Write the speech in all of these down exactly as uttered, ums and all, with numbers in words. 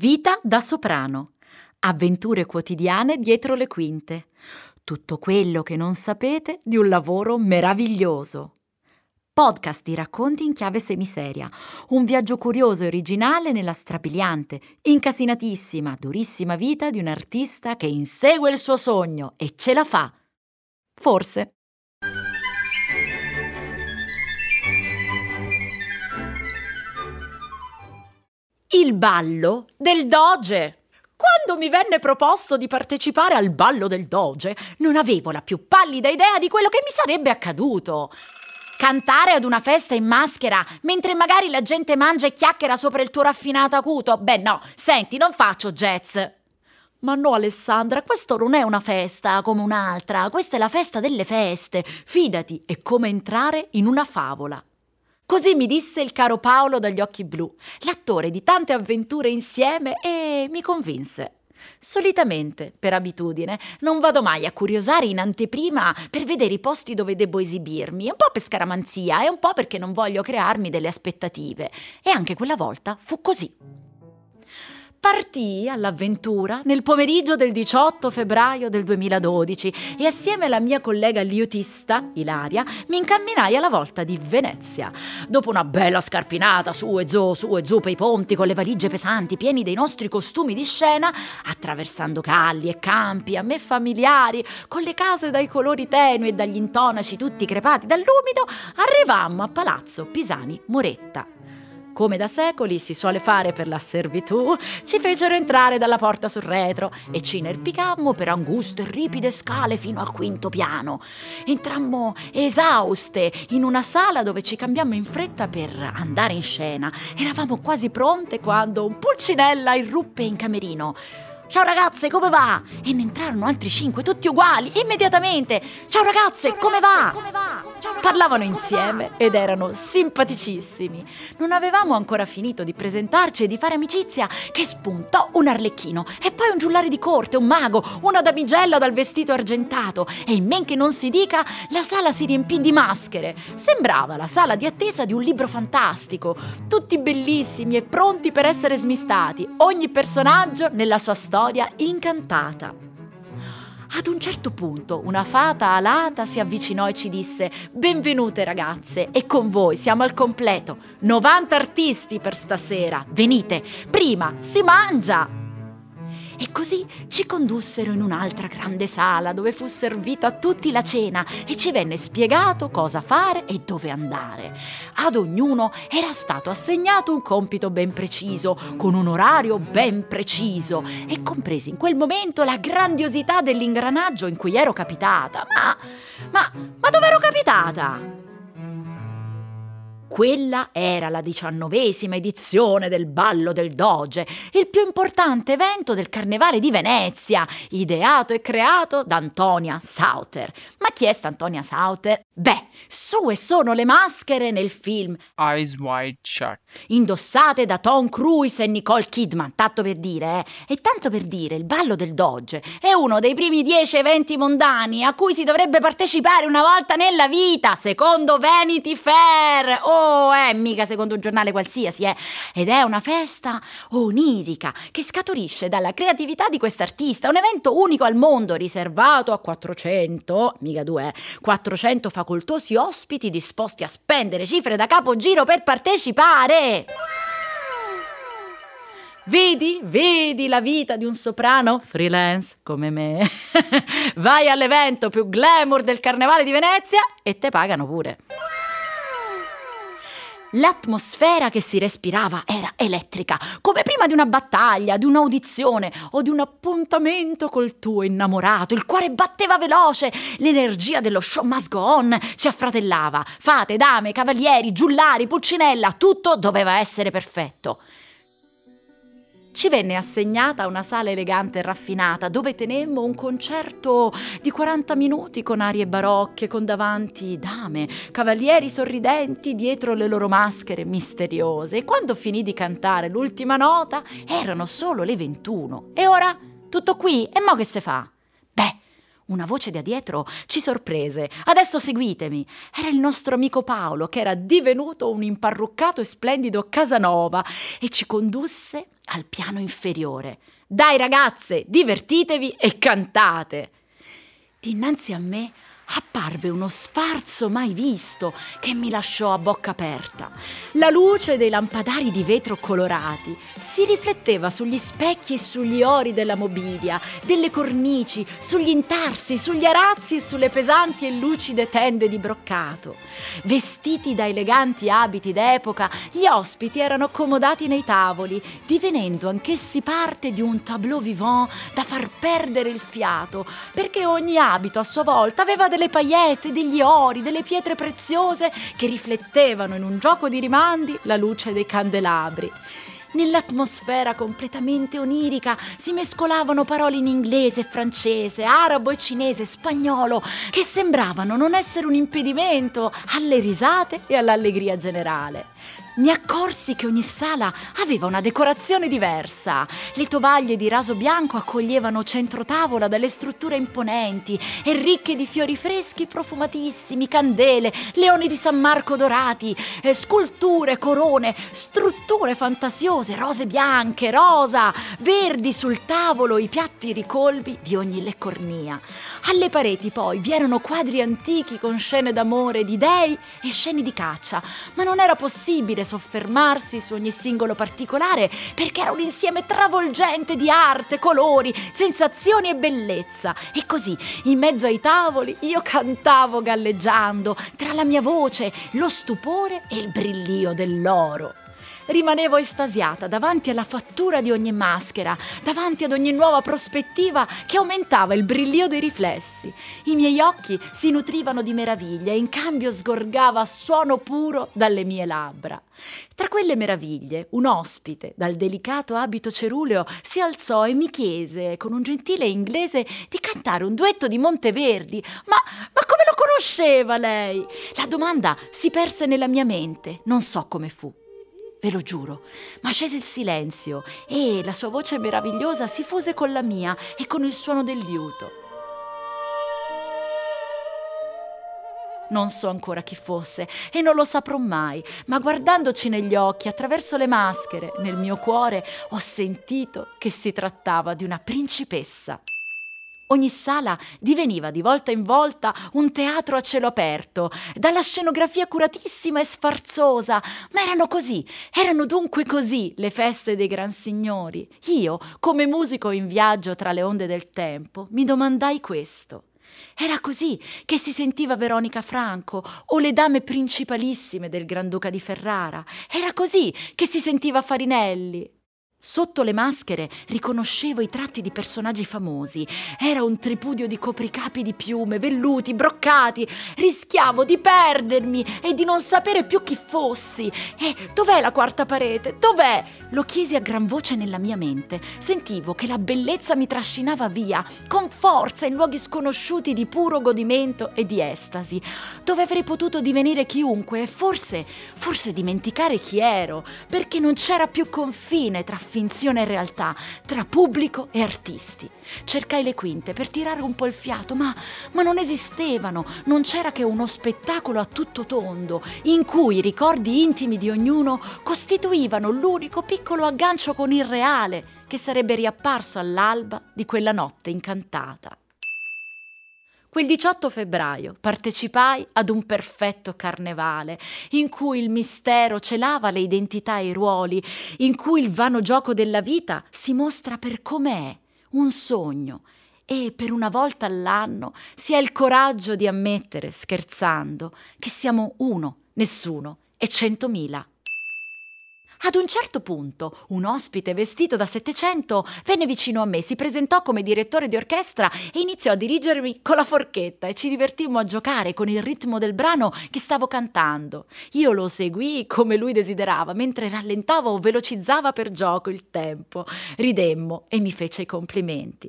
Vita da soprano. Avventure quotidiane dietro le quinte. Tutto quello che non sapete di un lavoro meraviglioso. Podcast di racconti in chiave semiseria. Un viaggio curioso e originale nella strabiliante, incasinatissima, durissima vita di un artista che insegue il suo sogno e ce la fa. Forse. Il ballo del Doge. Quando mi venne proposto di partecipare al ballo del Doge, non avevo la più pallida idea di quello che mi sarebbe accaduto. Cantare ad una festa in maschera, mentre magari la gente mangia e chiacchiera sopra il tuo raffinato acuto? Beh no, senti, non faccio jazz. Ma no, Alessandra, questo non è una festa come un'altra, questa è la festa delle feste. Fidati, è come entrare in una favola. Così mi disse il caro Paolo dagli occhi blu, l'attore di tante avventure insieme, e mi convinse. Solitamente, per abitudine, non vado mai a curiosare in anteprima per vedere i posti dove devo esibirmi, un po' per scaramanzia e un po' perché non voglio crearmi delle aspettative. E anche quella volta fu così. Partii all'avventura nel pomeriggio del diciotto febbraio del duemiladodici e assieme alla mia collega liutista, Ilaria, mi incamminai alla volta di Venezia. Dopo una bella scarpinata su e giù, su e giù per i ponti con le valigie pesanti pieni dei nostri costumi di scena, attraversando calli e campi a me familiari, con le case dai colori tenui e dagli intonaci tutti crepati dall'umido, arrivammo a Palazzo Pisani Muretta. Come da secoli si suole fare per la servitù, ci fecero entrare dalla porta sul retro e ci inerpicammo per anguste e ripide scale fino al quinto piano. Entrammo esauste in una sala dove ci cambiammo in fretta per andare in scena. Eravamo quasi pronte quando un pulcinella irruppe in camerino. «Ciao ragazze, come va?» E ne entrarono altri cinque, tutti uguali, immediatamente. «Ciao ragazze, Ciao come, ragazze va? come va?» Parlavano insieme ed erano simpaticissimi. Non avevamo ancora finito di presentarci e di fare amicizia che spuntò un arlecchino e poi un giullare di corte, un mago, una damigella dal vestito argentato e in men che non si dica la sala si riempì di maschere. Sembrava la sala di attesa di un libro fantastico, tutti bellissimi e pronti per essere smistati, ogni personaggio nella sua storia incantata. Ad un certo punto una fata alata si avvicinò e ci disse: «Benvenute ragazze, e con voi siamo al completo, novanta artisti per stasera, venite, prima si mangia!» E così ci condussero in un'altra grande sala dove fu servita a tutti la cena e ci venne spiegato cosa fare e dove andare. Ad ognuno era stato assegnato un compito ben preciso, con un orario ben preciso, e compresi in quel momento la grandiosità dell'ingranaggio in cui ero capitata. Ma, ma, ma dove ero capitata? Quella era la diciannovesima edizione del Ballo del Doge, il più importante evento del Carnevale di Venezia, ideato e creato da Antonia Sauter. Ma chi è sta Antonia Sauter? Beh, sue sono le maschere nel film Eyes Wide Shut, indossate da Tom Cruise e Nicole Kidman, tanto per dire, eh? E tanto per dire, il Ballo del Doge è uno dei primi dieci eventi mondani a cui si dovrebbe partecipare una volta nella vita, secondo Vanity Fair. Oh, Oh, eh, mica secondo un giornale qualsiasi, eh. Ed è una festa onirica che scaturisce dalla creatività di quest'artista, un evento unico al mondo, riservato a quattrocento, mica due, eh, quattrocento facoltosi ospiti disposti a spendere cifre da capogiro per partecipare. Vedi, vedi la vita di un soprano freelance come me. Vai all'evento più glamour del Carnevale di Venezia e te pagano pure. L'atmosfera che si respirava era elettrica, come prima di una battaglia, di un'audizione o di un appuntamento col tuo innamorato. Il cuore batteva veloce, l'energia dello show must go on ci affratellava. Fate, dame, cavalieri, giullari, pulcinella, tutto doveva essere perfetto. Ci venne assegnata una sala elegante e raffinata dove tenemmo un concerto di quaranta minuti con arie barocche, con davanti dame, cavalieri sorridenti dietro le loro maschere misteriose. E quando finì di cantare l'ultima nota erano solo le ventuno. E ora? Tutto qui? E mo che se fa? Beh, Una voce da dietro ci sorprese. «Adesso seguitemi!» Era il nostro amico Paolo, che era divenuto un imparruccato e splendido Casanova, e ci condusse al piano inferiore. «Dai ragazze, divertitevi e cantate!» Dinanzi a me apparve uno sfarzo mai visto che mi lasciò a bocca aperta. La luce dei lampadari di vetro colorati si rifletteva sugli specchi e sugli ori della mobilia, delle cornici, sugli intarsi, sugli arazzi e sulle pesanti e lucide tende di broccato. Vestiti da eleganti abiti d'epoca, gli ospiti erano accomodati nei tavoli, divenendo anch'essi parte di un tableau vivant da far perdere il fiato, perché ogni abito a sua volta aveva delle paillette, degli ori, delle pietre preziose che riflettevano in un gioco di rimandi la luce dei candelabri. Nell'atmosfera completamente onirica si mescolavano parole in inglese e francese, arabo e cinese, spagnolo, che sembravano non essere un impedimento alle risate e all'allegria generale. Mi accorsi che ogni sala aveva una decorazione diversa. Le tovaglie di raso bianco accoglievano centrotavola dalle strutture imponenti e ricche di fiori freschi profumatissimi, candele, leoni di San Marco dorati, eh, sculture, corone, strutture fantasiose, rose bianche, rosa, verdi sul tavolo, i piatti ricolmi di ogni leccornia. Alle pareti poi vi erano quadri antichi con scene d'amore di dei e scene di caccia, ma non era possibile soffermarsi su ogni singolo particolare perché era un insieme travolgente di arte, colori, sensazioni e bellezza. E così, in mezzo ai tavoli, io cantavo galleggiando tra la mia voce, lo stupore e il brillio dell'oro. Rimanevo estasiata davanti alla fattura di ogni maschera, davanti ad ogni nuova prospettiva che aumentava il brillio dei riflessi. I miei occhi si nutrivano di meraviglia e in cambio sgorgava suono puro dalle mie labbra. Tra quelle meraviglie, un ospite dal delicato abito ceruleo si alzò e mi chiese, con un gentile inglese, di cantare un duetto di Monteverdi. Ma, ma come lo conosceva lei? La domanda si perse nella mia mente, non so come fu. Ve lo giuro, ma scese il silenzio e la sua voce meravigliosa si fuse con la mia e con il suono del liuto. Non so ancora chi fosse e non lo saprò mai, ma guardandoci negli occhi attraverso le maschere, nel mio cuore ho sentito che si trattava di una principessa. Ogni sala diveniva di volta in volta un teatro a cielo aperto, dalla scenografia curatissima e sfarzosa, ma erano così, erano dunque così le feste dei gran signori. Io, come musico in viaggio tra le onde del tempo, mi domandai questo. Era così che si sentiva Veronica Franco o le dame principalissime del Granduca di Ferrara. Era così che si sentiva Farinelli. Sotto le maschere riconoscevo i tratti di personaggi famosi. Era un tripudio di copricapi di piume, velluti, broccati. Rischiavo di perdermi e di non sapere più chi fossi. E dov'è la quarta parete? Dov'è? Lo chiesi a gran voce nella mia mente. Sentivo che la bellezza mi trascinava via, con forza, in luoghi sconosciuti di puro godimento e di estasi, dove avrei potuto divenire chiunque e forse, forse dimenticare chi ero, perché non c'era più confine tra finzione e realtà, tra pubblico e artisti. Cercai le quinte per tirare un po' il fiato, ma, ma non esistevano, non c'era che uno spettacolo a tutto tondo, in cui i ricordi intimi di ognuno costituivano l'unico piccolo aggancio con il reale, che sarebbe riapparso all'alba di quella notte incantata. Quel diciotto febbraio partecipai ad un perfetto carnevale, in cui il mistero celava le identità e i ruoli, in cui il vano gioco della vita si mostra per com'è, un sogno, e per una volta all'anno si ha il coraggio di ammettere, scherzando, che siamo uno, nessuno e centomila. Ad un certo punto, un ospite vestito da Settecento venne vicino a me, si presentò come direttore di orchestra e iniziò a dirigermi con la forchetta e ci divertimmo a giocare con il ritmo del brano che stavo cantando. Io lo seguii come lui desiderava, mentre rallentava o velocizzava per gioco il tempo. Ridemmo e mi fece i complimenti.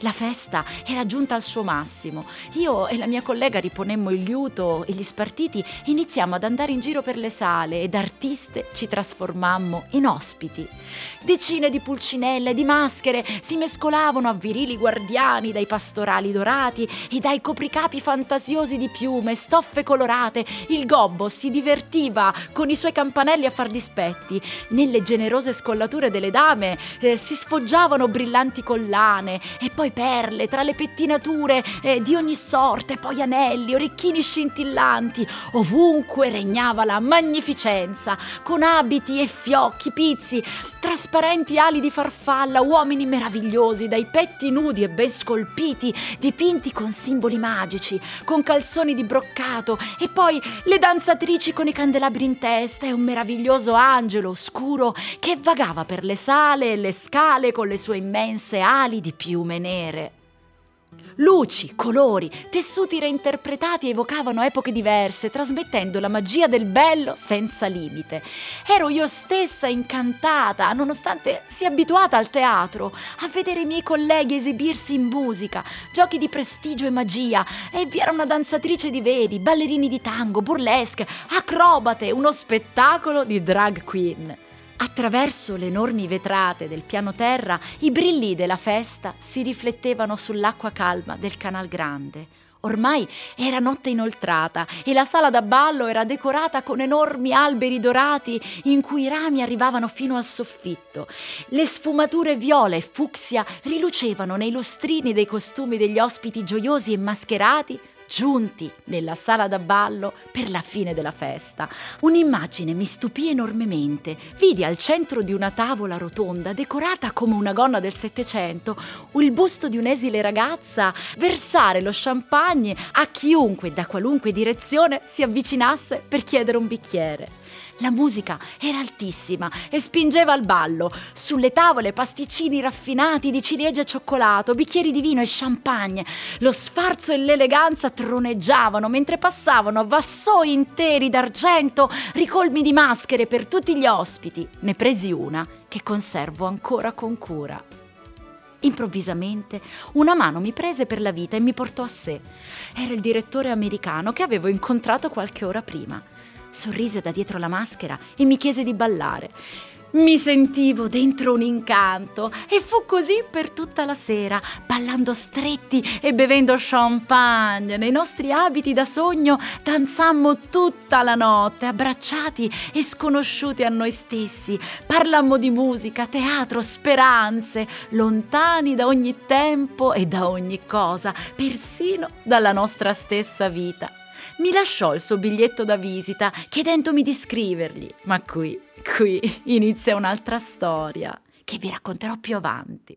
La festa era giunta al suo massimo. Io e la mia collega riponemmo il liuto e gli spartiti iniziammo ad andare in giro per le sale e da artiste ci trasformammo in ospiti. Decine di pulcinelle e di maschere si mescolavano a virili guardiani dai pastorali dorati e dai copricapi fantasiosi di piume, stoffe colorate. Il gobbo si divertiva con i suoi campanelli a far dispetti. Nelle generose scollature delle dame eh, si sfoggiavano brillanti collane e poi perle tra le pettinature eh, di ogni sorte, poi anelli, orecchini scintillanti. Ovunque regnava la magnificenza, con abiti e fiocchi, pizzi, trasparenti ali di farfalla, uomini meravigliosi dai petti nudi e ben scolpiti, dipinti con simboli magici, con calzoni di broccato e poi le danzatrici con i candelabri in testa e un meraviglioso angelo oscuro che vagava per le sale e le scale con le sue immense ali di piume nere. Luci, colori, tessuti reinterpretati evocavano epoche diverse, trasmettendo la magia del bello senza limite. Ero io stessa incantata, nonostante sia abituata al teatro, a vedere i miei colleghi esibirsi in musica, giochi di prestigio e magia, e vi era una danzatrice di veli, ballerini di tango, burlesque, acrobate, uno spettacolo di drag queen. Attraverso le enormi vetrate del piano terra, i brilli della festa si riflettevano sull'acqua calma del Canal Grande. Ormai era notte inoltrata e la sala da ballo era decorata con enormi alberi dorati in cui i rami arrivavano fino al soffitto. Le sfumature viola e fucsia rilucevano nei lustrini dei costumi degli ospiti gioiosi e mascherati giunti nella sala da ballo per la fine della festa. Un'immagine mi stupì enormemente. Vidi al centro di una tavola rotonda, decorata come una gonna del Settecento, il busto di un'esile ragazza versare lo champagne a chiunque da qualunque direzione si avvicinasse per chiedere un bicchiere. La musica era altissima e spingeva al ballo. Sulle tavole pasticcini raffinati di ciliegie e cioccolato, bicchieri di vino e champagne. Lo sfarzo e l'eleganza troneggiavano mentre passavano vassoi interi d'argento, ricolmi di maschere per tutti gli ospiti. Ne presi una che conservo ancora con cura. Improvvisamente una mano mi prese per la vita e mi portò a sé. Era il direttore americano che avevo incontrato qualche ora prima. Sorrise da dietro la maschera e mi chiese di ballare. Mi sentivo dentro un incanto e fu così per tutta la sera, ballando stretti e bevendo champagne. Nei nostri abiti da sogno danzammo tutta la notte, abbracciati e sconosciuti a noi stessi. Parlammo di musica, teatro, speranze, lontani da ogni tempo e da ogni cosa, persino dalla nostra stessa vita. Mi lasciò il suo biglietto da visita chiedendomi di scrivergli, ma qui, qui inizia un'altra storia che vi racconterò più avanti.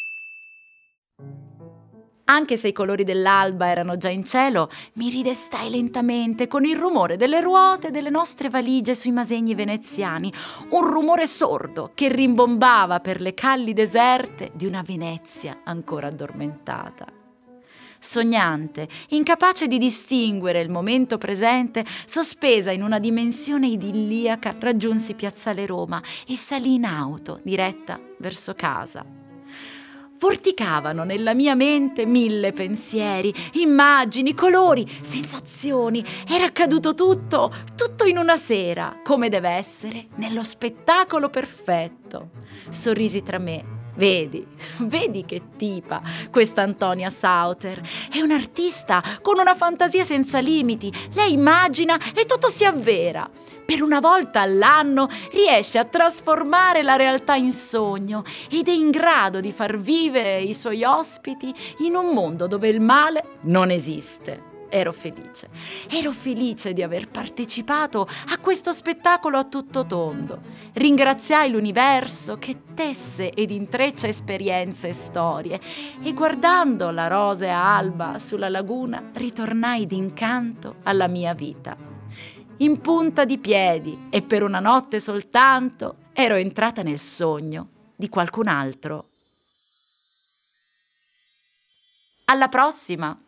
Anche se i colori dell'alba erano già in cielo, mi ridestai lentamente con il rumore delle ruote delle nostre valigie sui masegni veneziani, un rumore sordo che rimbombava per le calli deserte di una Venezia ancora addormentata. Sognante, incapace di distinguere il momento presente, sospesa in una dimensione idilliaca, raggiunsi Piazzale Roma e salì in auto, diretta verso casa. Vorticavano nella mia mente mille pensieri, immagini, colori, sensazioni. Era accaduto tutto, tutto in una sera, come deve essere, nello spettacolo perfetto. Sorrisi tra me. Vedi, vedi che tipa questa Antonia Sauter. È un'artista con una fantasia senza limiti. Lei immagina e tutto si avvera. Per una volta all'anno riesce a trasformare la realtà in sogno ed è in grado di far vivere i suoi ospiti in un mondo dove il male non esiste. Ero felice, ero felice di aver partecipato a questo spettacolo a tutto tondo. Ringraziai l'universo che tesse ed intreccia esperienze e storie e guardando la rosea alba sulla laguna ritornai d'incanto alla mia vita. In punta di piedi e per una notte soltanto ero entrata nel sogno di qualcun altro. Alla prossima!